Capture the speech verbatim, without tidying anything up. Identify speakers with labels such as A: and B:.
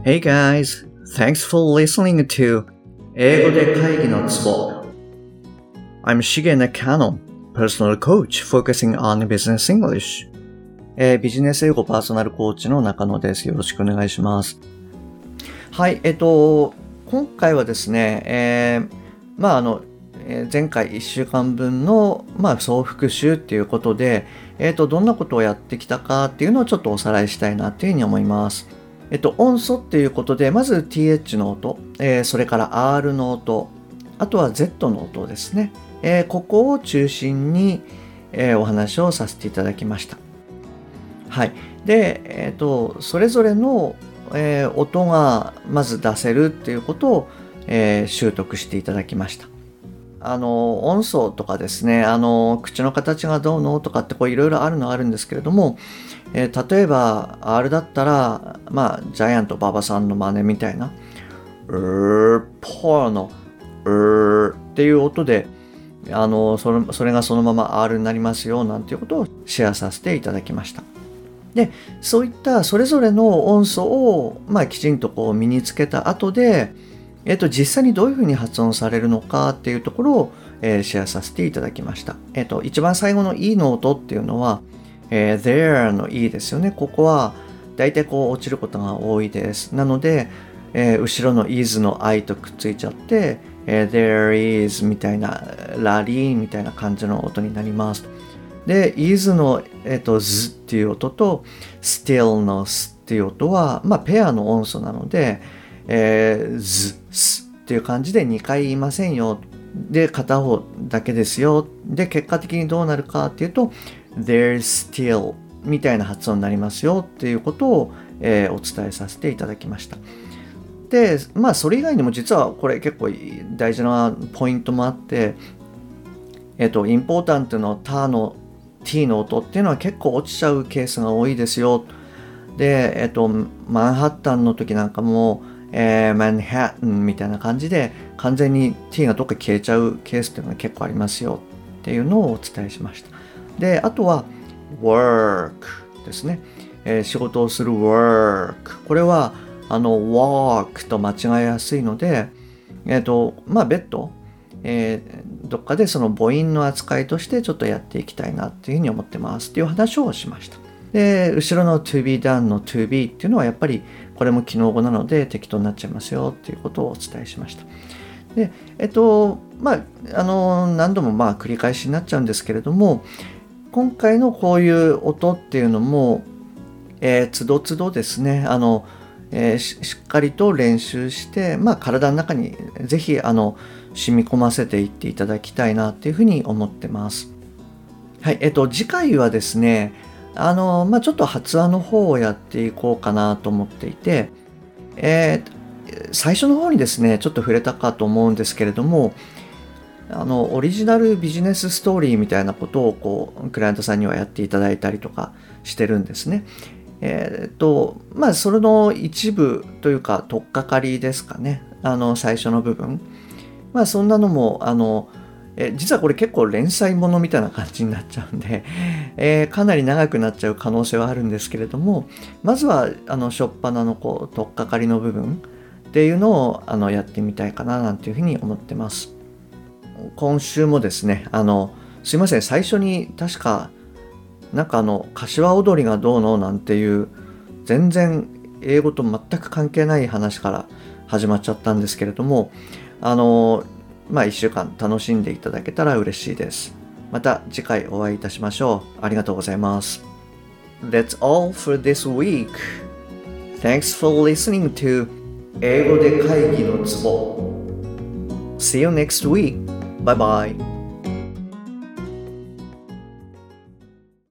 A: Hey guys, thanks for listening to 英語で会議のツボ I'm Shige Nakano, personal coach focusing on business English、えー、ビジネス英語パーソナルコーチの中野です。よろしくお願いします。はい、えっと、今回はですね、えー、まああの、前回いっしゅうかんぶんの、まあ、総復習っていうことで、えっと、どんなことをやってきたかっていうのをちょっとおさらいしたいなっていうふうに思います。えっと、音素っていうことで、まず ティーエイチ の音、えー、それから R の音、あとは Z の音ですね。えー、ここを中心に、えー、お話をさせていただきました。はい。で、えっと、それぞれの、えー、音がまず出せるっていうことを、えー、習得していただきました。あの音素とかですね、あの口の形がどうのとかってこういろいろあるのはあるんですけれども、えー、例えば R だったら、まあジャイアント馬場さんの真似みたいなうーポーのうーっていう音で、あのそれ、それがそのまま R になりますよなんていうことをシェアさせていただきました。で、そういったそれぞれの音素を、まあ、きちんとこう身につけた後で、えっと、実際にどういうふうに発音されるのかっていうところを、えー、シェアさせていただきました。えっと、一番最後の E の音っていうのは、えー、there の E ですよね。ここはだいたいこう落ちることが多いです。なので、えー、後ろの is の I とくっついちゃって、えー、there is みたいな、ラリーみたいな感じの音になります。で、is の、えー、と z っていう音と still の s っていう音は、まあ、ペアの音素なので、えー、ず、すっていう感じでにかい言いませんよ。で、片方だけですよ。で、結果的にどうなるかっていうと、there's still みたいな発音になりますよっていうことを、えー、お伝えさせていただきました。で、まあ、それ以外にも実はこれ結構大事なポイントもあって、えっと、インポータントのタの t の音っていうのは結構落ちちゃうケースが多いですよ。で、えっと、マンハッタンの時なんかも、えー、マンハッタンみたいな感じで完全に t がどっか消えちゃうケースっていうのが結構ありますよっていうのをお伝えしました。で、あとは work ですね、えー、仕事をする work、 これはあの walk と間違えやすいので、えっとまあ別途、えー、どっかでその母音の扱いとしてちょっとやっていきたいなっていうふうに思ってますっていう話をしました。で、後ろの to be done の to be っていうのはやっぱりこれも機能語なので適当になっちゃいますよっていうことをお伝えしました。で、えっと、まあ、あの、何度もまあ繰り返しになっちゃうんですけれども、今回のこういう音っていうのも、えー、つどつどですね、あの、えー、し, しっかりと練習して、まあ、体の中にぜひあの染み込ませていっていただきたいなっていうふうに思ってます。はい、えっと、次回はですね、あの、まあ、ちょっと発話の方をやっていこうかなと思っていて、えー、最初の方にですね、ちょっと触れたかと思うんですけれども、あの、オリジナルビジネスストーリーみたいなことを、こう、クライアントさんにはやっていただいたりとかしてるんですね。えー、っと、まあ、それの一部というか、取っかかりですかね。あの、最初の部分。まあ、そんなのも、あの、え実はこれ結構連載ものみたいな感じになっちゃうんで、えー、かなり長くなっちゃう可能性はあるんですけれども、まずはあの初っ端のこう取っかかりの部分っていうのをあのやってみたいかななんていうふうに思ってます。今週もですね、あのすいません、最初に確かなんかあの柏踊りがどうのなんていう全然英語と全く関係ない話から始まっちゃったんですけれども、あのまあいっしゅうかん楽しんでいただけたら嬉しいです。また次回お会いいたしましょう。ありがとうございます。That's all for this week. Thanks for listening to 英語で会議のツボ。See you next week. Bye bye.